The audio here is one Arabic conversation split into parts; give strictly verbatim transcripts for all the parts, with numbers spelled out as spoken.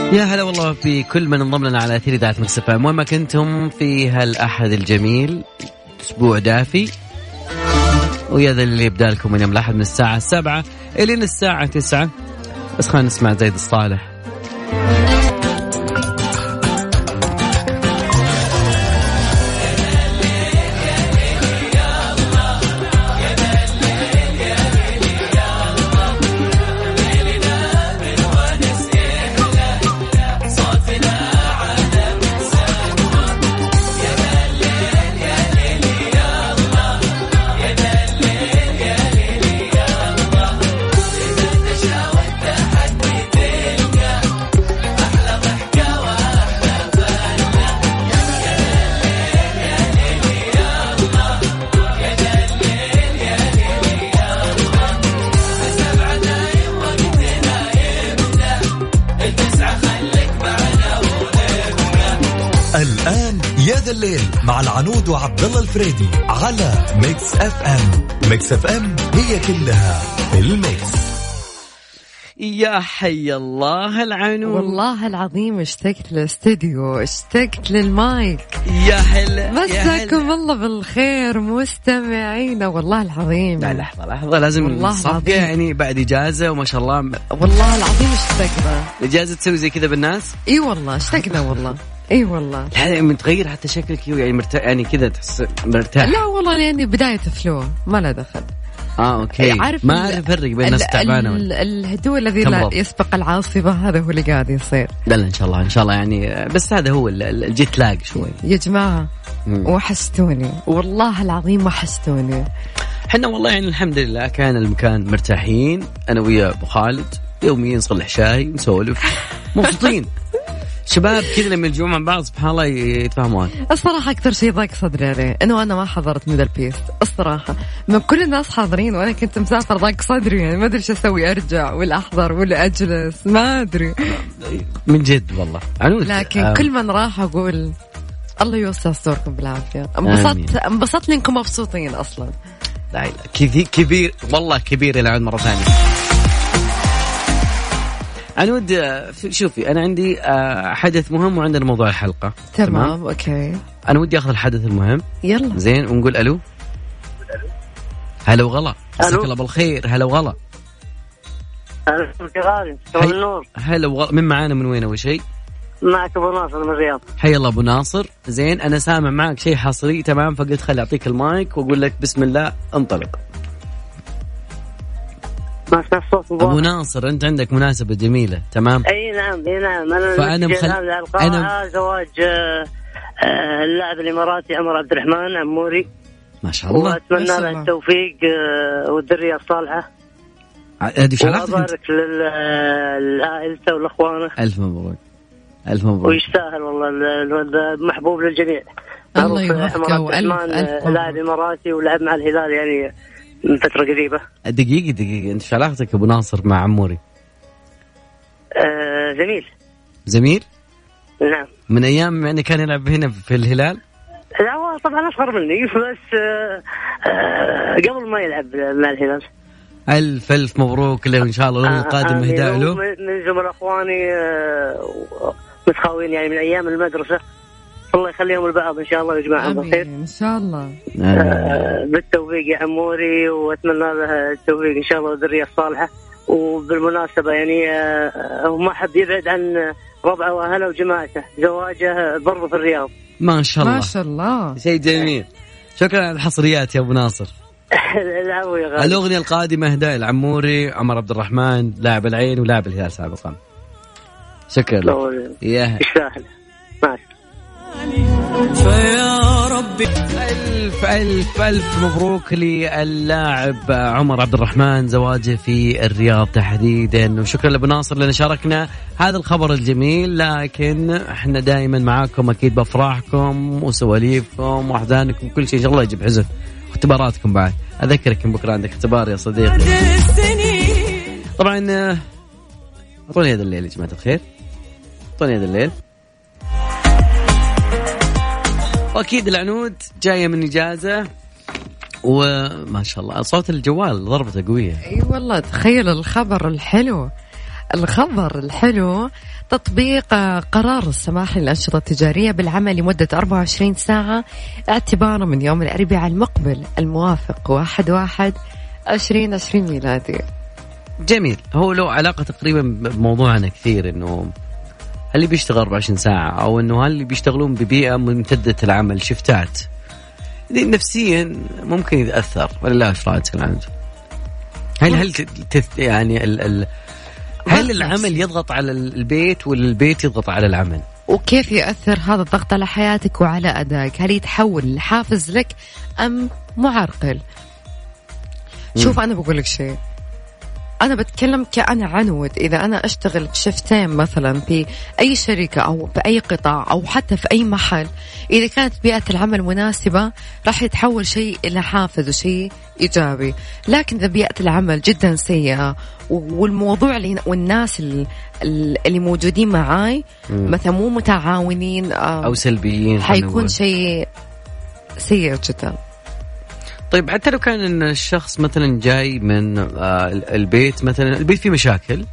يا هلا والله في كل من انضم لنا على أثير إذاعة مكس اف ام، وين ما كنتم في هالأحد الجميل، أسبوع دافي، ويا ذا اللي يبدأ لكم من يوم الأحد من الساعة السابعة إلى الساعة تسعة. بس خلينا نسمع زيد الصالح. الآن يا ذا الليل مع العنود وعبد الله الفريدي على ميكس اف ام. ميكس اف ام هي كلها الميكس. يا حي الله العنود، والله العظيم اشتقت للاستديو، اشتقت للمايك. يا هلا مساكم الله بالخير مستمعينا، والله العظيم. لا لحظة لحظة لازم نصفق، يعني بعد إجازة وما شاء الله. والله العظيم اشتقنا. إجازة تسوي زي كذا بالناس؟ اي والله اشتقنا والله. اي والله. لا متغير حتى شكلك يعني مرتاح، يعني كذا تحس مرتاح. لا والله لأني بداية فلو ما له دخل. اه اوكي، ما اعرف افرق بين الناس تعبانه. الهدوء الذي لا يسبق العاصفه، هذا هو اللي قاعد يصير. لا ان شاء الله ان شاء الله يعني، بس هذا هو الجيت لاج شوي يا جماعه. وحشتوني والله العظيم، وحشتوني. احنا والله يعني الحمد لله كان المكان مرتاحين، انا ويا ابو خالد يوميا نصلح شاي نسولف مبسوطين. شباب كذا لما يجوا مع بعض سبحان الله يتفاهمون. الصراحة أكثر شيء ضاق صدري عليه إنه أنا ما حضرت ميدل بيست. الصراحة من كل الناس حاضرين وأنا كنت مسافر، ضاق صدري يعني ما أدري شو أسوي، أرجع ولا أحضر ولا أجلس، ما أدري من جد والله. لكن آه. كل من راح أقول الله يوسع صدوركم بالعافية. انبسطت انبسطت لأنكم مبسوطين أصلا. لا لا كثير كبير والله، كبير إلى عند مرة ثانية. عنود شوفي، أنا عندي حدث مهم وعندنا موضوع الحلقة. تمام, تمام. أوكي، أنا ودي أخذ الحدث المهم. يلا زين، ونقول ألو. هلا وغلا، مساك الله بالخير. هلا وغلا. هلا وغلا. من معانا من وين أول شيء؟ معك أبو ناصر من الرياض. حي الله أبو ناصر. زين، أنا سامع معك شيء حصري تمام، فقلت خلي أعطيك المايك وأقول لك بسم الله انطلق. أبو ناصر أنت عندك مناسبة جميلة تمام؟ أي نعم أي نعم. أنا فأنا مخل... أنا زواج اللاعب الإماراتي عمر عبد الرحمن عموري، ما شاء الله، وأتمنى له التوفيق والذرية الصالحة. هذه شغلتك. وأبارك للعائلته والأخوانه. ألف مبروك ألف مبروك. ويستاهل والله، الولد محبوب للجميع. الله يوفقه. وألف لاعب إماراتي ولعب مع الهلال يعني من فترة قريبة. دقيقة دقيقة، أنت شو علاقتك أبو ناصر مع عموري؟ آه زميل. زميل؟ نعم. من أيام يعني كان يلعب هنا في الهلال؟ لا هو طبعا أصغر مني، بس آه آه قبل ما يلعب مع الهلال. ألف ألف مبروك له، إن شاء الله اليوم القادم إهداء له. من زملاء أخواني آه متخاوين يعني من أيام المدرسة، الله يخليهم البعض إن شاء الله ويجمعهم بالخير إن شاء الله. آه بالتوفيق يا عموري، وأتمنى له التوفيق إن شاء الله والذرية الصالحة. وبالمناسبة يعني آه هو ما حب يبعد عن ربعه وأهله وجماعته، زواجه برضه في الرياض. ما شاء الله ما شاء الله، شيء جميل. شكرا على الحصريات يا أبو ناصر. العفو يا غالي. الأغنية القادمة إهداء العموري عمر عبد الرحمن، لاعب العين ولاعب الهلال سابقا. شكرا لك. يا يستاهل. ماشي. فيا ربي ألف ألف ألف مبروك للاعب عمر عبد الرحمن، زواجه في الرياض تحديدا. وشكرا لأبو ناصر لأن شاركنا هذا الخبر الجميل. لكن احنا دائما معاكم أكيد بأفراحكم وسواليفكم وأحزانكم، كل شيء إن شاء الله يجيب حزن، واختباراتكم بعد. أذكرك بكرة عندك اختبار يا صديقي. طبعا أعطوني هذا الليل يا جماعة الخير، أعطوني هذا الليل. وأكيد العنود جاية من إجازة، وما شاء الله صوت الجوال ضربته قوية. أي والله، تخيل الخبر الحلو. الخبر الحلو تطبيق قرار السماح للأنشطة التجارية بالعمل لمدة أربعة وعشرين ساعة اعتبارا من يوم الأربعاء المقبل الموافق واحد واحد عشرين عشرين ميلادي. جميل. هو له علاقة تقريبا بموضوعنا كثير، إنه هل اللي بيشتغل أربعة وعشرين ساعة أو إنه هل اللي بيشتغلون ببيئة ممتدة العمل شفتات نفسيا ممكن يتأثر ولا لا؟ إيش رأيك عنه؟ هل هل تث يعني ال ال هل العمل يضغط على البيت ولا البيت يضغط على العمل؟ وكيف يأثر هذا الضغط على حياتك وعلى أدائك؟ هل يتحول لحافز لك أم معرقل؟ شوف أنا بقول لك شيء، أنا بتكلم كأنا عنود. إذا أنا أشتغل في شفتين مثلا في أي شركة أو بأي قطاع أو حتى في أي محل، إذا كانت بيئة العمل مناسبة راح يتحول شيء إلى حافز وشيء إيجابي. لكن إذا بيئة العمل جدا سيئة والموضوع اللي والناس اللي موجودين معاي مثلا مو متعاونين أو سلبيين، حيكون شيء سيء جدا. طيب حتى لو كان إن الشخص مثلا جاي من البيت، مثلا البيت فيه مشاكل،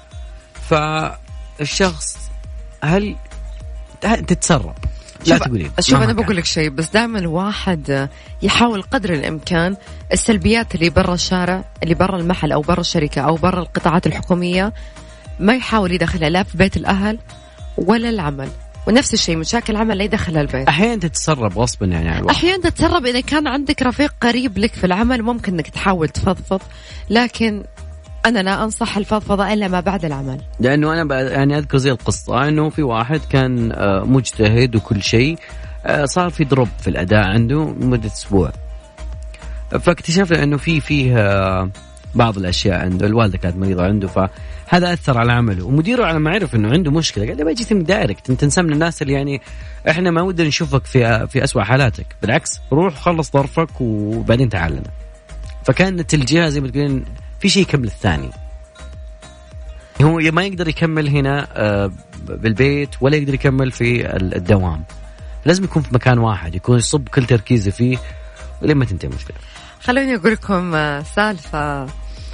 فالشخص هل تتسرب؟ لا تقولين. شوف أنا بقول لك شيء، بس دائما الواحد يحاول قدر الإمكان السلبيات اللي برا الشارع، اللي برا المحل أو برا الشركة أو برا القطاعات الحكومية، ما يحاول يدخلها لا في بيت الأهل ولا العمل. ونفس الشيء مشاكل عمل لا يدخلها البيت. أحيانا تتسرب غصبا يعني. أحيانا تتسرب إذا كان عندك رفيق قريب لك في العمل، ممكن إنك تحاول تفضفض، لكن أنا لا أنصح الفضفضة إلا ما بعد العمل. لأنه أنا يعني أذكر زي القصة إنه في واحد كان مجتهد وكل شيء، صار في دروب في الأداء عنده مدة أسبوع، فاكتشفنا إنه في فيه بعض الأشياء عنده. الوالدة كانت مريضة عنده، فهذا أثر على عمله. ومديره على ما عرف إنه عنده مشكلة قال لي بجيت من دايركت، أنت تنسى من الناس اللي يعني إحنا ما ودنا نشوفك في في أسوأ حالاتك، بالعكس روح خلص ظرفك وبعدين تعال لنا. فكانت الجهة زي ما تقولين في شيء يكمل الثاني. هو ما يقدر يكمل هنا بالبيت ولا يقدر يكمل في الدوام، لازم يكون في مكان واحد يكون يصب كل تركيزه فيه ولما تنتهي المشكلة. خلوني أقول لكم سالفة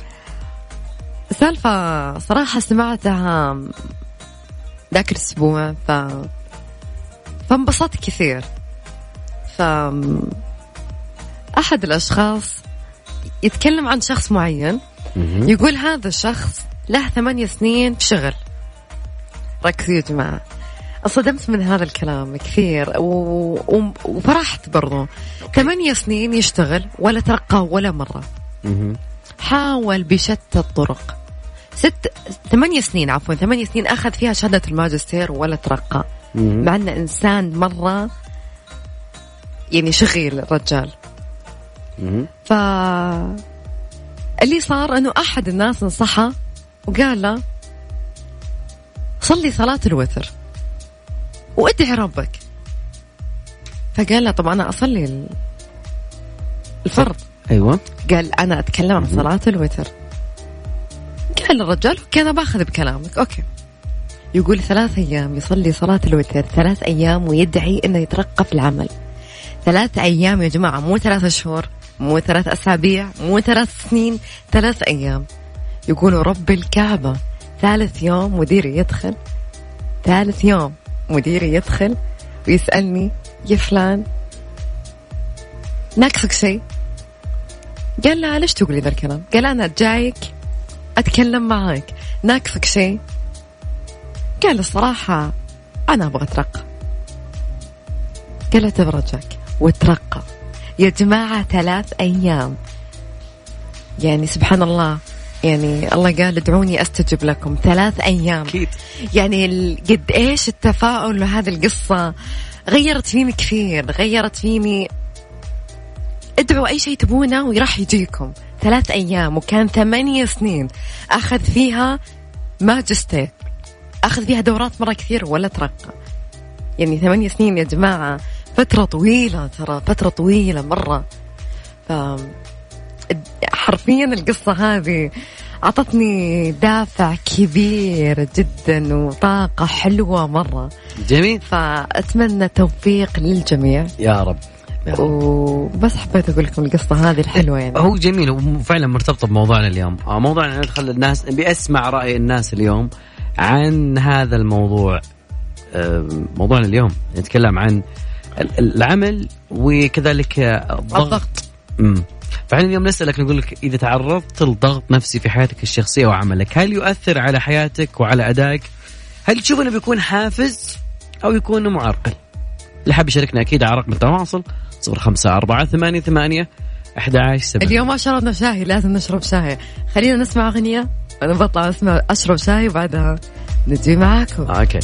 سالفة صراحة سمعتها ذاك الأسبوع ف... فانبسطت كثير. فأحد الأشخاص يتكلم عن شخص معين، يقول هذا الشخص له ثمانية سنين في شغل. ركزوا يا جماعة، أصدمت من هذا الكلام كثير و... و... وفرحت برضو. ثمانية سنين يشتغل ولا ترقى ولا مرة، حاول بشتى الطرق. ست ثمانية سنين عفوا ثمانية سنين أخذ فيها شهادة الماجستير ولا ترقى، مع أنه إنسان مرة يعني شغيل الرجال. فاللي صار أنه أحد الناس نصحه وقال له صلي صلاة الوتر وادعي ربك. فقال له طب أنا أصلي الفرض. أيوة. قال أنا أتكلم عن صلاة الوتر. قال الرجال كان باخذ بكلامك أوكي. يقول ثلاث أيام يصلي صلاة الوتر، ثلاث أيام ويدعي إنه يترقى في العمل. ثلاث أيام يا جماعة، مو ثلاثة شهور، مو ثلاث أسابيع، مو ثلاث سنين، ثلاث أيام. يقولوا رب الكعبة ثالث يوم مديري يدخل ثالث يوم مديري يدخل ويسألني يا فلان ناقصك شيء؟ قال لا ليش تقولي ذا الكلام؟ قال أنا جايك أتكلم معاك، ناقصك شيء؟ قال الصراحة أنا أبغى أترقى. قال أتبرجك وترقى يا جماعة ثلاث أيام. يعني سبحان الله، يعني الله قال ادعوني أستجب لكم. ثلاث أيام أكيد. يعني قد إيش التفاؤل. وهذه القصة غيرت فيني كثير، غيرت فيني. ادعوا أي شيء تبونه وراح يجيكم. ثلاث أيام وكان ثمانية سنين أخذ فيها ماجستير، أخذ فيها دورات مرة كثير ولا ترقى. يعني ثمانية سنين يا جماعة فترة طويلة، ترى فترة طويلة مرة. ف حرفيا القصة هذه عطتني دافع كبير جدا وطاقة حلوة مرة. جميل. فأتمنى توفيق للجميع يا رب. وبس حبيت أقول لكم القصة هذه الحلوة يعني. هو جميل وفعلا مرتبطة بموضوعنا اليوم. موضوعنا ندخل الناس بأسمع رأي الناس اليوم عن هذا الموضوع. موضوعنا اليوم نتكلم عن العمل وكذلك الضغط. امم فعلا اليوم نسألك نقول لك إذا تعرضت لضغط نفسي في حياتك الشخصية وعملك هل يؤثر على حياتك وعلى أدائك؟ هل تشوف أنه بيكون حافز أو يكون معرقل؟ اللي حاب يشاركنا أكيد على رقم التواصل صفر خمسة أربعة ثمانية ثمانية أحد عشر سبعة. اليوم ما شربنا شاهي لازم نشرب شاهي. خلينا نسمع أغنية أنا بطلع أسمع أشرب شاهي وبعدها نجي معاكم. آه، أوكي.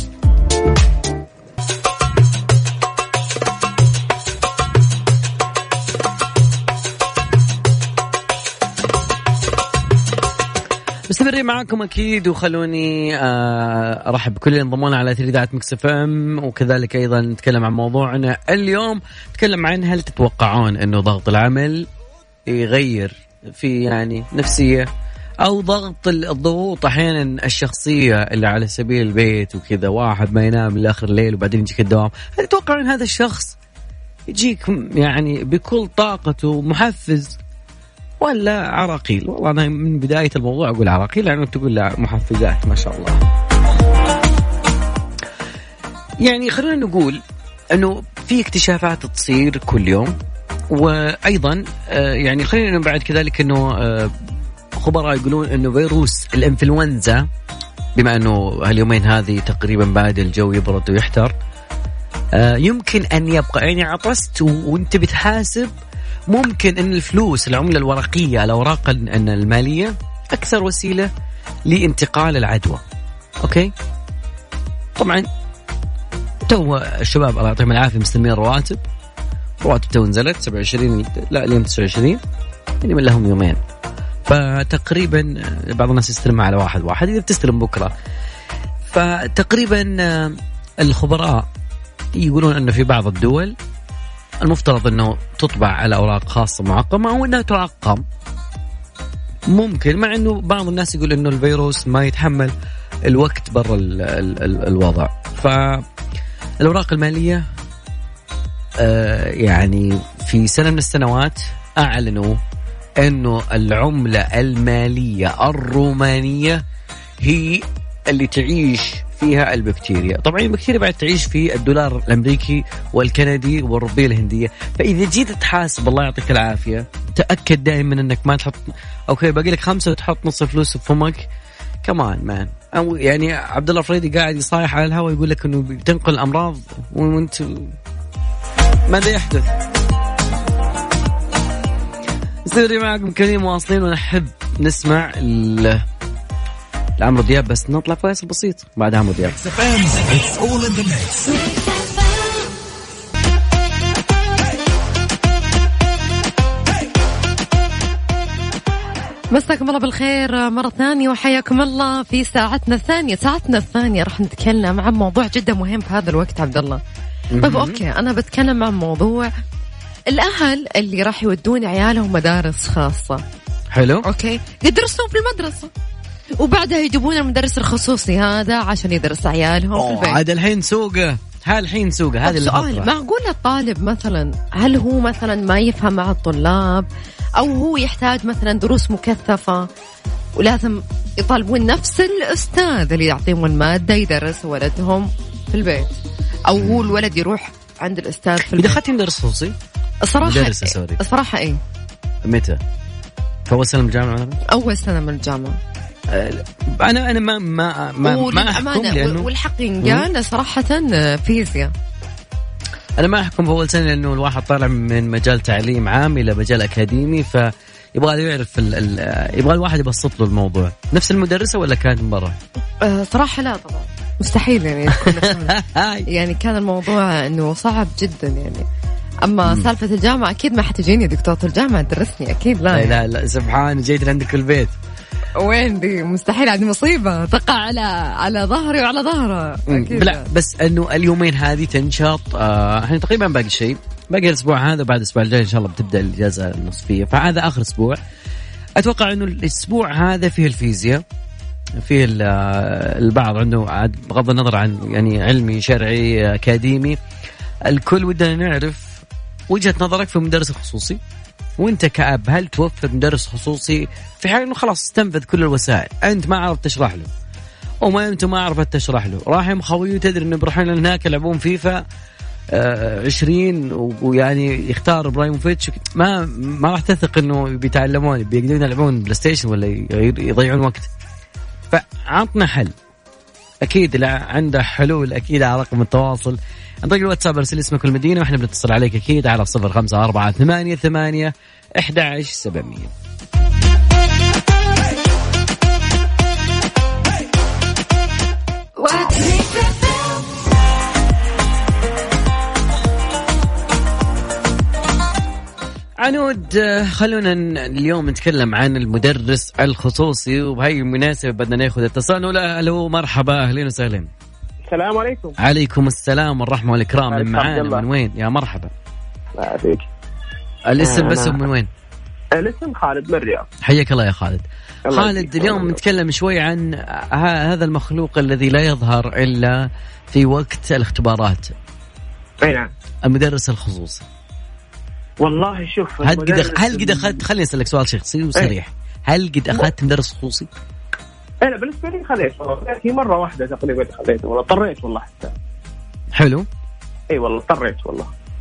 مستمرين معاكم أكيد وخلوني أرحب بكل اللي انضمونا على إذاعة ميكس اف ام وكذلك أيضا نتكلم عن موضوعنا اليوم. نتكلم عن هل تتوقعون أنه ضغط العمل يغير في يعني نفسية أو ضغط الضغوط أحيانا الشخصية اللي على سبيل البيت وكذا واحد ما ينام لآخر الليل وبعدين يجيك الدوام. هل تتوقعون هذا الشخص يجيك يعني بكل طاقته محفز ولا عراقيل؟ والله أنا من بداية الموضوع أقول عراقيل لأنه تقول له محفزات ما شاء الله. يعني خلونا نقول أنه في اكتشافات تصير كل يوم وأيضا يعني خلينا بعد كذلك أنه خبراء يقولون أنه فيروس الإنفلونزا بما أنه هاليومين هذه تقريبا بعد الجو يبرد ويحتر يمكن أن يبقى. يعني عطست وانت بتحاسب ممكن أن الفلوس العملة الورقية الأوراق المالية أكثر وسيلة لانتقال العدوى. أوكي طبعا تو الشباب الله يعطيهم العافية مستلمين رواتب رواتب تو نزلت سبعة وعشرين لا اليوم تسعة وعشرين يعني من لهم يومين فتقريبا بعض الناس يستلمها على واحد واحد إذا بتستلم بكرة. فتقريبا الخبراء يقولون أنه في بعض الدول المفترض أنه تطبع على أوراق خاصة معقمة أو أنها تعقم ممكن مع أنه بعض الناس يقول أنه الفيروس ما يتحمل الوقت برا ال ال ال الوضع. فالأوراق المالية آه يعني في سنة من السنوات أعلنوا أنه العملة المالية الرومانية هي اللي تعيش فيها البكتيريا. طبعا البكتيريا بعد تعيش في الدولار الأمريكي والكندي والروبية الهندية. فإذا جيت تحاسب الله يعطيك العافية تأكد دائما أنك ما تحط أوكي باقي لك خمسة وتحط نص فلوس في فمك كمان مان. أو يعني عبد الله الفريدي قاعد يصايح على الهواء يقول لك أنه بتنقل الأمراض وأنت ماذا يحدث؟ سوري معكم كريم واصلين ونحب نسمع لعمرو دياب بس نطلع فاصل بسيط بعد عمرو دياب. مساكم الله بالخير مرة ثانية وحياكم الله في ساعتنا الثانية. ساعتنا الثانية راح نتكلم عن موضوع جدا مهم في هذا الوقت عبد الله. طيب أوكي أنا بتكلم عن موضوع الأهل اللي راح يودون عيالهم مدارس خاصة. حلو أوكي يدرسون في المدرسة وبعدها يجيبون المدرس الخصوصي هذا عشان يدرس عيالهم في البيت. هذا الحين سوقه هذا الحين سوقه هذه الفترة. معقول الطالب مثلا هل هو مثلا ما يفهم مع الطلاب أو هو يحتاج مثلا دروس مكثفة ولازم يطالبون نفس الأستاذ اللي يعطيهم المادة يدرس ولدهم في البيت أو هو الولد يروح عند الأستاذ في البيت؟ إذا أخذت مدرس خصوصي الصراحة الصراحة إيه متى؟ في أول سنة من الجامعة؟ أول سنة من الجامعة. أنا أنا ما ما ما, ما أحكم لأنه والحق ينقال صراحة فيزياء. أنا ما أحكم في أول سنة لأنه الواحد طالع من مجال تعليم عام إلى مجال أكاديمي فيبغى يعرف ال ال يبغى الواحد يبسط له الموضوع. نفس المدرسة ولا كانت من برا؟ أه صراحة لا طبعا مستحيل يعني يكون يعني كان الموضوع إنه صعب جدا يعني. أما مم. سالفة الجامعة أكيد ما حتجيني دكتورة الجامعة تدرسني أكيد لا. لا لا, لا سبحان جيت عندك البيت وين دي مستحيل عندي مصيبة تقع على على ظهري وعلى ظهره. لا بس إنه اليومين هذه تنشط آه احنا تقريبا باقي شيء باقي الأسبوع هذا بعد الأسبوع الجاي إن شاء الله بتبدأ الإجازة النصفية فهذا آخر أسبوع. أتوقع إنه الأسبوع هذا فيه الفيزياء فيه البعض عنده بغض النظر عن يعني علمي شرعي أكاديمي الكل ودنا نعرف وجهة نظرك في المدرس الخصوصي، وانت كأب هل توفر مدرس خصوصي في حال انه خلاص استنفذ كل الوسائل، انت ما عرفت تشرح له وما انت ما عرفت تشرح له، راح مخويه تدري انه بيروحون هناك يلعبون فيفا آه عشرين ويعني يختار ابراهيموفيتش، ما ما راح تثق انه بيتعلمون بيقدرون يلعبون بلاي ستيشن ولا يضيعون وقت. فعطنا حل، اكيد لا عنده حلول اكيد على رقم التواصل عن طريق الواتساب، ارسل اسمك والمدينه واحنا بنتصل عليك اكيد على صفر خمسة أربعة ثمانية ثمانية أحد عشر سبعمية. عنود، خلونا اليوم نتكلم عن المدرس الخصوصي، وبهاي المناسبة بدنا ناخذ اتصال. ولا هلو مرحبا، أهلين وسهلين. السلام عليكم. عليكم السلام والرحمة والإكرام. من معانا من وين؟ يا مرحبا. لا فيك. الاسم بس من وين؟ الاسم خالد من الرياض. حياك الله يا خالد. خالد، اليوم نتكلم شوي عن هذا المخلوق الذي لا يظهر إلا في وقت الاختبارات. أي نعم. المدرس الخصوصي. والله شوف، هل قد هل قد أخذت، خليني أسألك سؤال شخصي وصريح، هل قد أخذت مدرس خصوصي؟ أنا بالنسبة لي خليت في مرة واحدة تقريبا خليته، والله اضطريت والله حتى. حلو. أي والله اضطريت والله.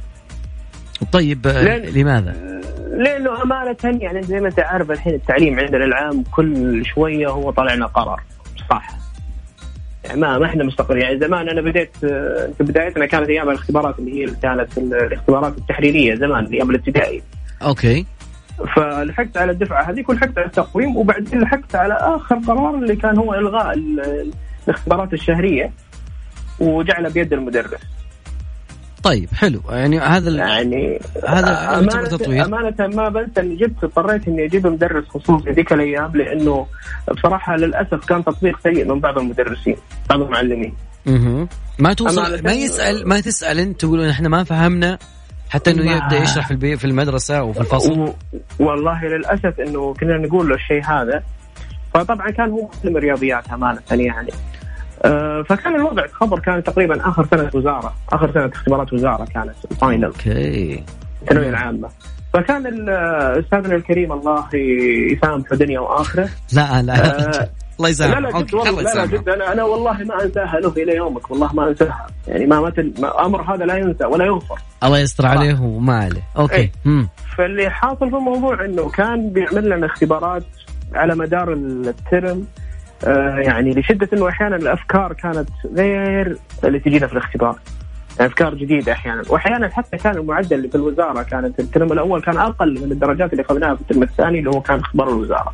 طيب لأن... لماذا؟ لأنه أمانة يعني زي ما أنت عارف الحين التعليم عندنا العام كل شوية هو طلعنا قرار صح، يعني ما ما إحنا مستقرين. يعني زمان أنا بديت في بدايتنا كانت أيام الاختبارات اللي هي كانت الاختبارات التحريرية زمان أيام الابتدائي. أوكي. فلحقت على الدفعة هذيك ولحقت على التقويم، وبعدين لحقت على آخر قرار اللي كان هو إلغاء الاختبارات الشهرية وجعله بيد المدرس. طيب حلو، يعني هذا يعني هذا أمانة, أمانة ما بنسى إني جبت اضطريت إني أجيب مدرس خصوصي ذيك الأيام، لأنه بصراحة للأسف كان تطبيق سيء من بعض المدرسين بعض المعلمين. اها ما توصل ما يسأل ما تسأل أنت تقولون إحنا ما فهمنا حتى إنه يبدأ يشرح في البيت في المدرسة وفي الفصل. و... والله للأسف إنه كنا نقول له الشيء هذا، فطبعا كان هو معلم رياضيات أمانة يعني. أه فكان الوضع الخبر كان تقريبا آخر سنة وزارة، آخر سنة اختبارات وزارة كانت الفاينل. أوكي. الثانوية العامة. فكان أستاذنا الكريم الله يسامحه دنيا وآخرة. لا لا أه الله يسامحه. لا لا جد والله لا لا جد أنا أنا والله ما أنساها له إلى يومك، والله ما أنساها يعني. ما مثل ما أمر هذا لا ينسى ولا يغفر. الله يستر عليه وما عليه. أوكي. امم فاللي حاصل في الموضوع إنه كان بيعمل لنا اختبارات على مدار الترم. آه يعني لشدة إنه أحيانا الأفكار كانت غير اللي تجينا في الاختبار، أفكار جديدة أحيانا، وأحيانا حتى كان المعدل اللي في الوزارة كانت الترم الأول كان أقل من الدرجات اللي أخذناها في الترم الثاني اللي هو كان اختبار الوزارة.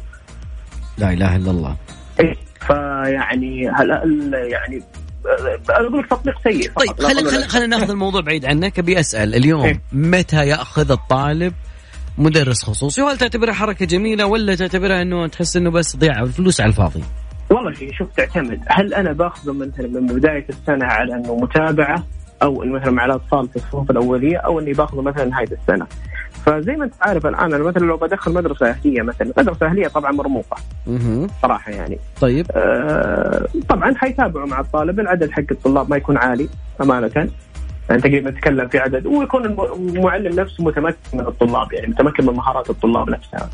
لا إله إلا الله. إيه فيعني هلا يعني أنا أقول لك تطبيق سيء. طيب خلينا خلينا خلينا ناخذ الموضوع بعيد عنك. أبي أسأل اليوم إيه؟ متى يأخذ الطالب مدرس خصوصي؟ وهل تعتبرها حركة جميلة ولا تعتبرها إنه تحس إنه بس ضياع الفلوس على الفاضي؟ والله شوف تعتمد، هل أنا باخذه مثلا من بداية السنة على إنه متابعة أو إنه مثلا مع الأطفال في الصفوف الأولية، أو إني باخذه مثلا نهاية السنة. فزي ما أنت عارف الآن أنا مثلا لو بدخل مدرسة أهلية مثلا، مدرسة أهلية طبعا مرموقة صراحة يعني. طيب آه طبعا حيتابعوا مع الطالب، العدد حق الطلاب ما يكون عالي أمانة يعني، تقريبا نتكلم في عدد، ويكون المعلم نفسه متمكن من الطلاب يعني متمكن من مهارات الطلاب نفسها.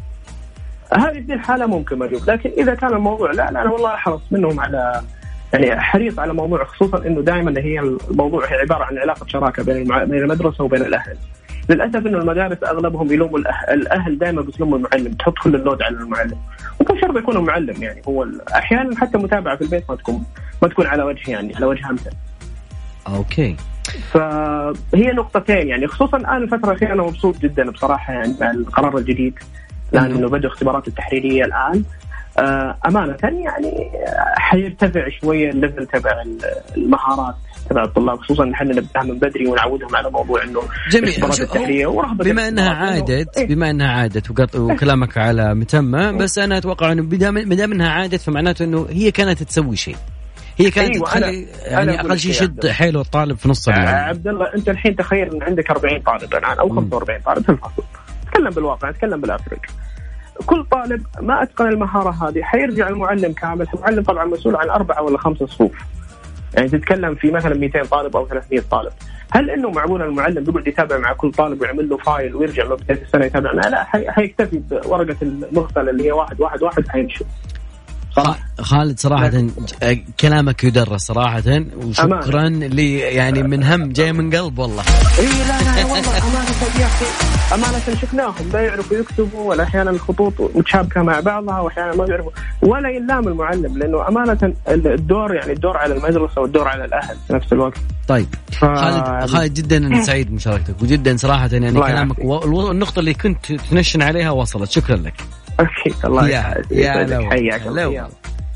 هذه دي الحالة ممكن مريض. لكن إذا كان الموضوع لا لا أنا والله أحرص منهم على يعني حريص على موضوع، خصوصا إنه دائما هي الموضوع هي عبارة عن علاقة شراكة بين بين المدرسة وبين الأهل. للأسف إنه المدارس أغلبهم يلوموا الأهل دائما بيلوموا المعلم، تحط كل اللود على المعلم، ومو شرط يكون المعلم يعني. هو أحيانا حتى متابعة في البيت ما تكون ما تكون على وجه يعني على وجه همثل. أوكي. فهي نقطتين يعني، خصوصا الآن الفترة الأخيرة أنا مبسوط جدا بصراحة يعني مع القرار الجديد، لأنه بدأ اختبارات التحريرية الآن أمانة يعني حيرتفع شوية الليفل تبع المهارات تبع الطلاب، خصوصا نحن نبدأ من بدري ونعودهم على موضوع إنه اختبارات التحريرية ورهبة. بما أنها عادت بما أنها عادت وكلامك على متمة، بس أنا أتوقع إنه بدام أنها عادت فمعناته إنه هي كانت تسوي شيء، هي كانت أيوة تخلي يعني أقل شيء يشد حيله الطالب في نص اليوم. عبد الله أنت الحين تخيل إن عندك أربعين طالب الآن أو خمسة وأربعين طالب في الفصل، تكلم بالواقع تكلم بالأفرج، كل طالب ما أتقن المهارة هذه حيرجع المعلم كامل. المعلم طبعا مسؤول عن أربعة ولا خمسة صفوف، يعني تتكلم في مثلا مئتين طالب أو ثلاثمئة طالب، هل انه معقول المعلم بيقعد يتابع مع كل طالب ويعمل له فايل ويرجع له بدايه السنه يتابع؟ لا، حيكتفي بورقه المغسله اللي هي واحد واحد واحد حيمشي. خالد صراحة كلامك يدرس صراحة، وشكرا لي يعني من هم جاي من قلب والله. إيه لا لا والله أمانة يا أخي، أمانة شفناهم لا يعرفوا يكتبوا، ولا أحيانا الخطوط متشابكة مع بعضها، وأحيانا ما يعرفوا، ولا يلام المعلم، لأنه أمانة الدور يعني الدور على المدرسة والدور على الأهل في نفس الوقت. طيب ف... خالد خالد جدا سعيد بمشاركتك، وجدا صراحة يعني كلامك والنقطة اللي كنت تنشن عليها وصلت. شكرا لك. أكيد الله يا حياك الله.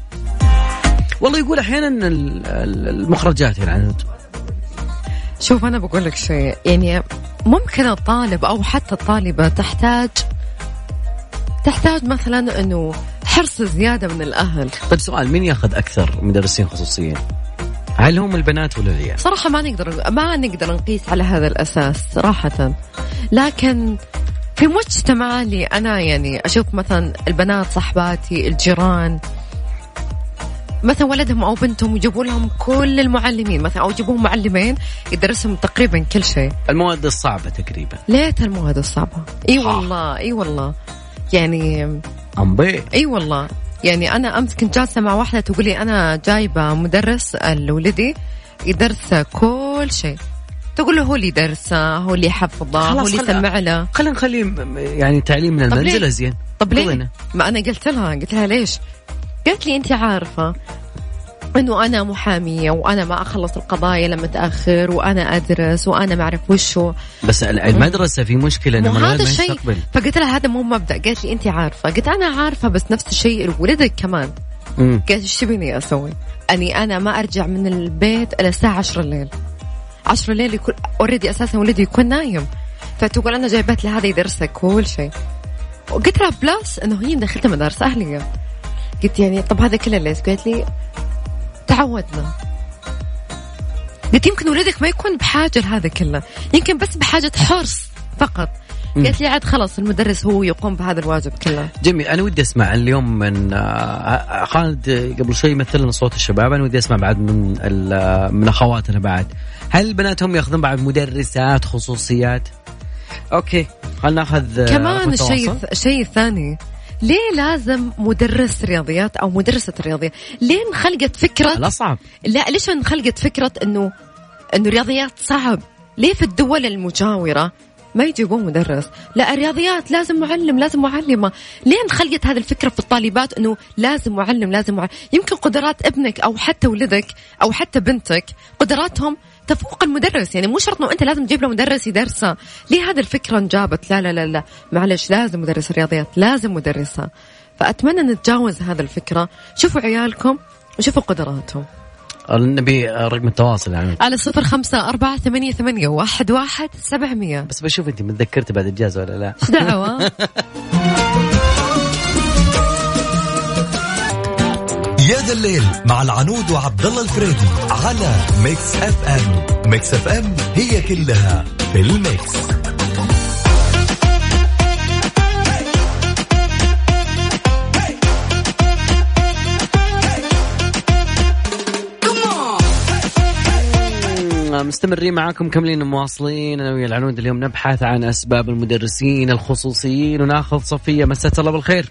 والله يقول أحيانا المخرجات يعني. شوف أنا بقول لك شيء، يعني ممكن الطالب أو حتى الطالبة تحتاج تحتاج مثلا إنه حرص زيادة من الأهل. طيب سؤال، مين يأخذ أكثر مدرسين خصوصيين؟ هل هم البنات ولا العيال؟ صراحة ما نقدر ما نقدر نقيس على هذا الأساس صراحة، لكن في مجتمع اللي أنا يعني أشوف مثلا البنات صحباتي الجيران مثلا ولدهم أو بنتهم يجيبوا لهم كل المعلمين مثلا، أو يجيبوهم معلمين يدرسهم تقريبا كل شيء، المواد الصعبة تقريبا. ليت المواد الصعبة. إي والله إي والله يعني أمبي إي والله يعني أنا أمس كنت جالسة مع واحدة تقولي أنا جايبة مدرس لولدي يدرس كل شيء، تقول له هو اللي درسه، هو اللي حفظه، هو اللي سمع له. خلينا نخليه يعني تعليم من المنزل أزين. طب ليه؟ ما أنا قلت لها قلت لها ليش؟ قالت لي أنت عارفة إنه أنا محامية وأنا ما أخلص القضايا لما تأخر، وأنا أدرس وأنا ما أعرف وشو. بس المدرسة في مشكلة إنه هذا الشيء. فقلت لها هذا مو مبدأ. قالت لي أنت عارفة. قلت أنا عارفة، بس نفس الشيء ولدك كمان. قالت إيش تبيني أسوي؟ أني أنا ما أرجع من البيت إلى الساعة عشرة الليل. عشرة الليل يكون أوريدي أساسا ولدي يكون نايم، فتقول أنا جايبت لهذا يدرسك كل شيء. وقلت لها بلاس إنه هي دخلت مدارس أهلية. قلت يعني طب هذا كله ليش؟ قالت لي تعودنا. قلت يمكن ولدك ما يكون بحاجة لهذا كله، يمكن بس بحاجة حرص فقط. قالت لي عاد خلاص المدرس هو يقوم بهذا الواجب كله. جميل. أنا ودي أسمع اليوم من خالد قبل شوي مثلنا صوت الشباب، أنا ودي أسمع بعد من من أخواتنا بعد، هل البنات هم يأخذون بعد مدرسات خصوصيات؟ أوكي خلنا نأخذ كمان الشيء الشيء الثاني، ليه لازم مدرس رياضيات أو مدرسة رياضيات؟ ليه انخلقت فكرة؟ لا صعب. لا ليش انخلقت فكرة إنه إنه رياضيات صعب؟ ليه في الدول المجاورة ما يجيبون مدرس؟ لا الرياضيات لازم معلم لازم معلمة. ليه انخلقت هذه الفكرة في الطالبات إنه لازم معلم لازم معلم؟ يمكن قدرات ابنك أو حتى ولدك أو حتى بنتك قدراتهم تفوق المدرس، يعني مو شرط انه انت لازم تجيب له مدرس يدرسه. ليه هذه الفكره انجابت؟ لا لا لا لا معلش، لازم مدرس رياضيات لازم مدرسها. فاتمنى نتجاوز هذه الفكره. شوفوا عيالكم وشوفوا قدراتهم. النبي رقم التواصل يعني على صفر خمسة أربعة ثمانية ثمانية واحد واحد سبعمية. بس بشوف انت متذكرت بعد الجاز ولا لا؟ ايش دعوه. يا ذا الليل مع العنود وعبد الله الفريدي على ميكس اف ام. ميكس اف ام هي كلها في الميكس. مستمرين معاكم كملين مواصلين انا ويا العنود. اليوم نبحث عن اسباب المدرسين الخصوصيين، وناخذ صفية. مساء الله بالخير.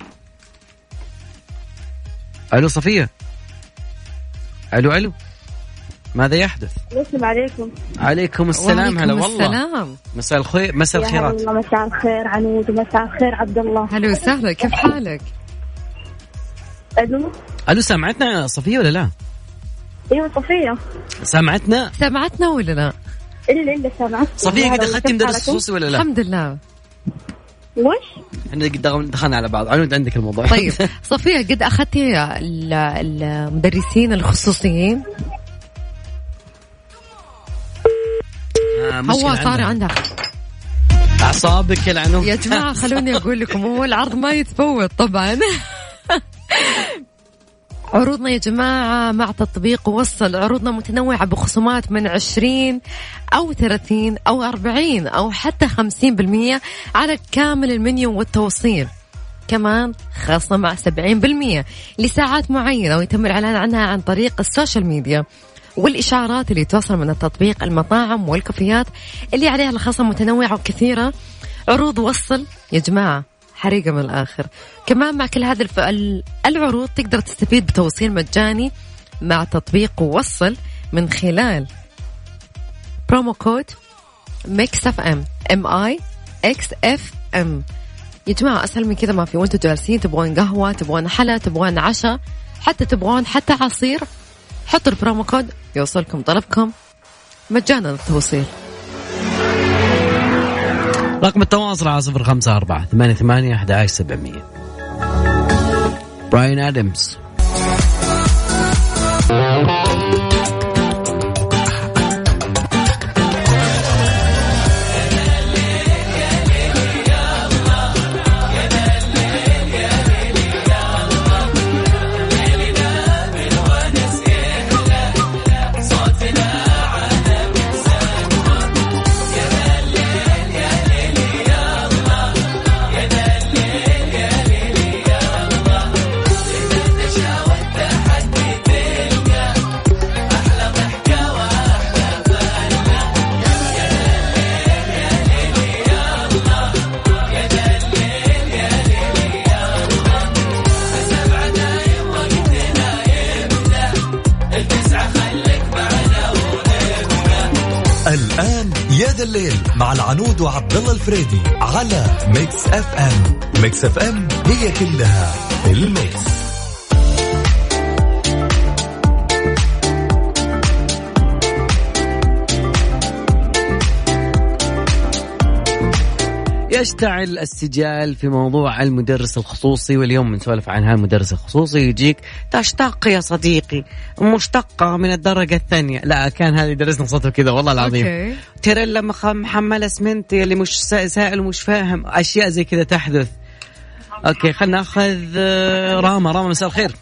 الو صفية. الو الو ماذا يحدث؟ السلام عليكم. عليكم السلام. هلا والله. السلام. مساء الخير. مساء الخيرات. يا مساء الخير عنود ومساء الخير عبد الله. هلا وسهلا، كيف حالك؟ الو الو سامعتنا صفية ولا لا؟ ايوه صفية سامعتنا. سامعتنا ولا لا؟ الا الا سامعت. صفية قد اخذتي مدرس خصوصي ولا لا؟ الحمد لله. وش؟ احنا قد دخلنا على بعض. عنود عندك الموضوع. طيب صفية قد اخذتي المدرسين الخصوصيين؟ آه هو صار عندها اعصابك يا العنود. يا جماعة خلوني اقول لكم، هو العرض ما يتفوت طبعا. عروضنا يا جماعة مع تطبيق وصل، عروضنا متنوعة بخصومات من عشرين أو ثلاثين أو أربعين أو حتى خمسين بالمية على كامل المنيو والتوصيل. كمان خاصة مع سبعين بالمية لساعات معينة، ويتم الإعلان عنها عن طريق السوشيال ميديا. والإشعارات اللي توصل من التطبيق، المطاعم والكافيات اللي عليها الخصم متنوعة وكثيرة، عروض وصل يا جماعة حريقة من الآخر. كمان مع كل هذه العروض تقدر تستفيد بتوصيل مجاني مع تطبيق وصل من خلال برومو كود ميكس اف ام ام اي اكس اف ام. يا جماعة أسهل من كذا ما في. وانتوا جالسين تبغون قهوة، تبغون حلا، تبغون عشاء، حتى تبغون حتى عصير، حطوا البرومو كود يوصلكم طلبكم مجانا التوصيل. رقم التواصل على صفر خمسة أربعة ثمانية ثمانية أحد عشر سبعمية. براين آدمز. الآن يا ذا الليل مع العنود وعبد الله الفريدي على ميكس اف ام. ميكس اف ام هي كلها الميكس. يشتعل السجال في موضوع المدرس الخصوصي، واليوم بنسولف عن هالمدرس الخصوصي. يجيك تشتق يا صديقي، مشتقة من الدرجة الثانية. لا كان هذا درسنا صوته كذا والله العظيم. أوكي. ترى لما محمل اسمنت اللي مش سائل ومش فاهم أشياء زي كذا تحدث. أوكي خلنا نأخذ راما. راما مساء الخير.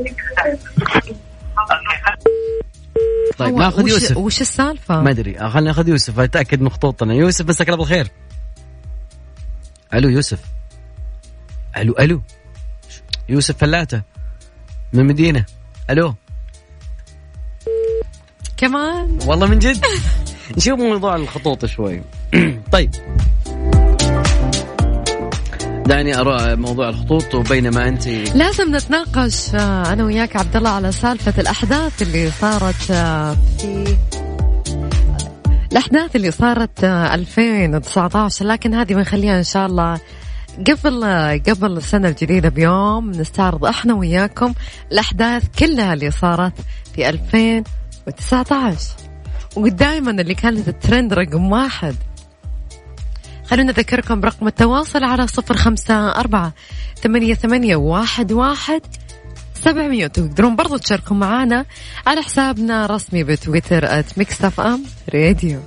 طيب ناخذ يوسف. وش السالفة؟ ما أدري، خلنا ناخذ يوسف أتأكد من خطوطنا. يوسف مساك الله بالخير. ألو يوسف. ألو ألو يوسف فلاتة من مدينة. ألو كمان والله من جد. نشوف موضوع الخطوط شوي. طيب دعني أرى موضوع الخطوط، وبينما أنت لازم نتناقش أنا وياك عبد الله على سالفة الأحداث اللي صارت في الأحداث اللي صارت ألفين وتسعة عشر، لكن هذه بنخليها إن شاء الله قبل قبل السنة الجديدة بيوم. نستعرض إحنا وياكم الأحداث كلها اللي صارت في ألفين وتسعة عشر، ودائما اللي كانت الترند رقم واحد. خلونا نذكركم برقم التواصل على صفر خمسة أربعة ثمانية ثمانية واحد واحد سبعمية. تقدرون برضو تشاركوا معنا على حسابنا رسمي بتويتر ات ميكس اف ام راديو.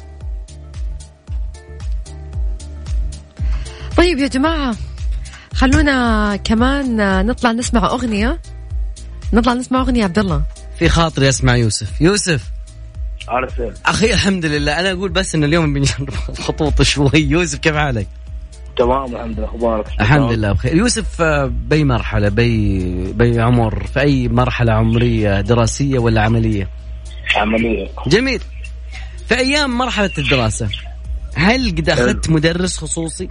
طيب يا جماعة خلونا كمان نطلع نسمع أغنية. نطلع نسمع أغنية عبد الله. في خاطري أسمع يوسف. يوسف أرسل أخي الحمد لله. أنا أقول بس إن اليوم بنجرب الخطوط شوي. يوسف كيف حالك؟ تمام الحمد لله. أخبارك؟ الحمد لله بخير. يوسف بأي مرحلة بي بي عمر في أي مرحلة عمرية، دراسية ولا عملية؟ عملية. جميل. في أيام مرحلة الدراسة هل قد أخذت مدرس خصوصي؟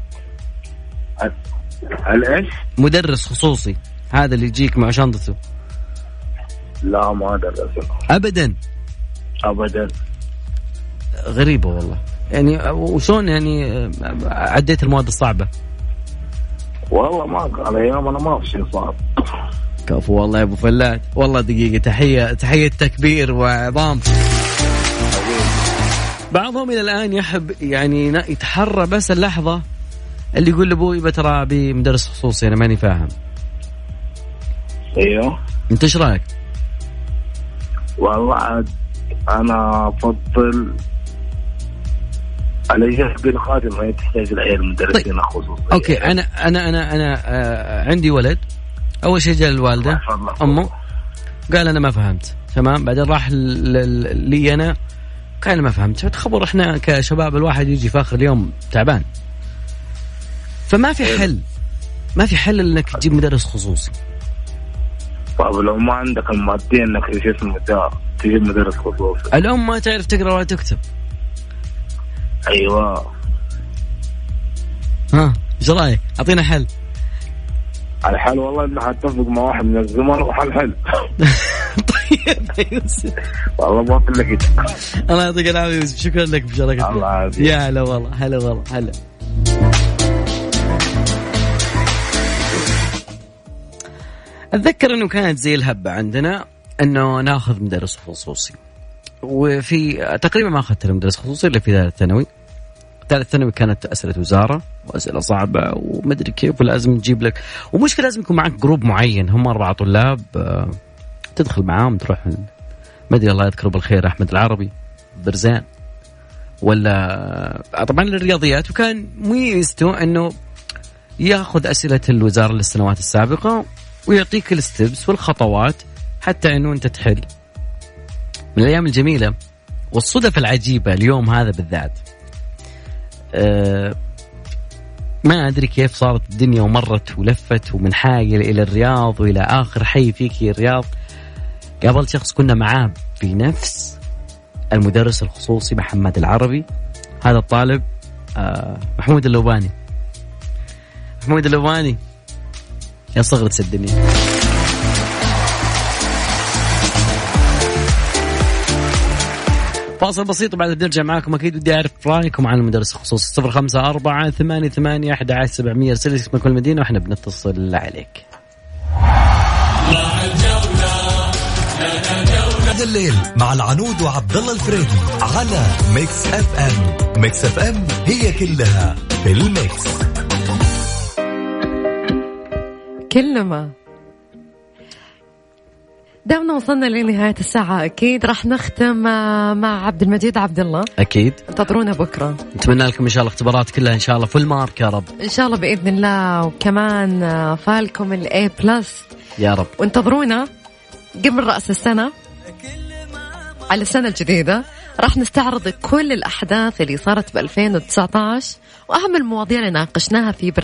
هل إيش؟ مدرس خصوصي هذا اللي يجيك مع شنطته. لا ما درس أبدا أبدا. غريبة والله. يعني وشون يعني عديت المواد الصعبة؟ والله ما على أيام أنا ما في شيء صعب. كفو والله يا أبو فلات. والله دقيقة تحية تحية تكبير وعظام. بعضهم إلى الآن يحب يعني يتحرى بس اللحظة اللي يقول لأبوي بترى بمدرس خصوصي أنا ماني فاهم. أيوه. أنت إيش رأيك؟ والله عاد أنا أفضل على جهة بالخادم ما تحتاج العيال مدرسين طيب. خصوصي. أوكي أنا أنا أنا أنا آه عندي ولد. أول شيء جاء الوالدة أمه قال أنا ما فهمت تمام. بعدين راح لي أنا قال ما فهمت. فتخبر إحنا كشباب الواحد يجي في آخر اليوم تعبان. فما في حل ما في حل إنك تجيب مدرس خصوصي. طب لو ما عندك المادية انك ايش اسمه ده تجيب مدرس خصوصي. الام ما تعرف تقرا ولا تكتب. ايوه. ها ايش رايك؟ اعطينا حل. الحل والله اني حتفق مع واحد من الزملاء وحل حل. طيب يوسف والله ما في لك. الله يعطيك العافيه يوسف، شكرا لك بشاركتك. الله يعافيك. يا هلا والله، هلا والله، هلا. اتذكر انه كانت زي الهبه عندنا انه ناخذ مدرس خصوصي، وفي تقريبا ما اخذت مدرس خصوصي الا في ثالث ثانوي. ثالث ثانوي كانت اسئله وزاره واسئله صعبه ومدري كيف، ولازم تجيب لك، ومشكله لازم يكون معك جروب معين، هم اربعه طلاب تدخل معاهم تروح مدري الله يذكره بالخير احمد العربي برزان ولا طبعا للرياضيات. وكان ميزته انه ياخذ اسئله الوزاره للسنوات السابقه ويعطيك الستبس والخطوات حتى انه انت تحل. من الايام الجميله والصدف العجيبه اليوم هذا بالذات، أه ما ادري كيف صارت الدنيا ومرت ولفت، ومن حايل الى الرياض والى اخر حي فيك الرياض. قابلت شخص كنا معاه بنفس المدرس الخصوصي محمد العربي. هذا الطالب أه محمود اللوباني. محمود اللوباني يا صغرت الدنيا. فاصل بسيط وبعد نرجع معاكم. أكيد بدي أعرف رأيكم عن المدرس الخصوصي. صفر خمسة أربعة ثمانية ثمانية أحد عشر سبعمية. رسل اسم كل مدينة وإحنا بنتصل عليك. هذا الليل مع العنود وعبد الله الفريدي على ميكس اف ام. ميكس اف ام هي كلها في الميكس. كلمة دامنا وصلنا لنهاية الساعة، أكيد راح نختم مع عبد المجيد عبد الله. أكيد انتظرونا بكرة. نتمنى لكم إن شاء الله اختبارات كلها إن شاء الله فل مارك يا رب إن شاء الله بإذن الله، وكمان فالكم الأي بلس يا رب. وانتظرونا قبل رأس السنة على السنة الجديدة. راح نستعرض كل الأحداث اللي صارت ب ألفين وتسعة عشر وأهم المواضيع اللي ناقشناها في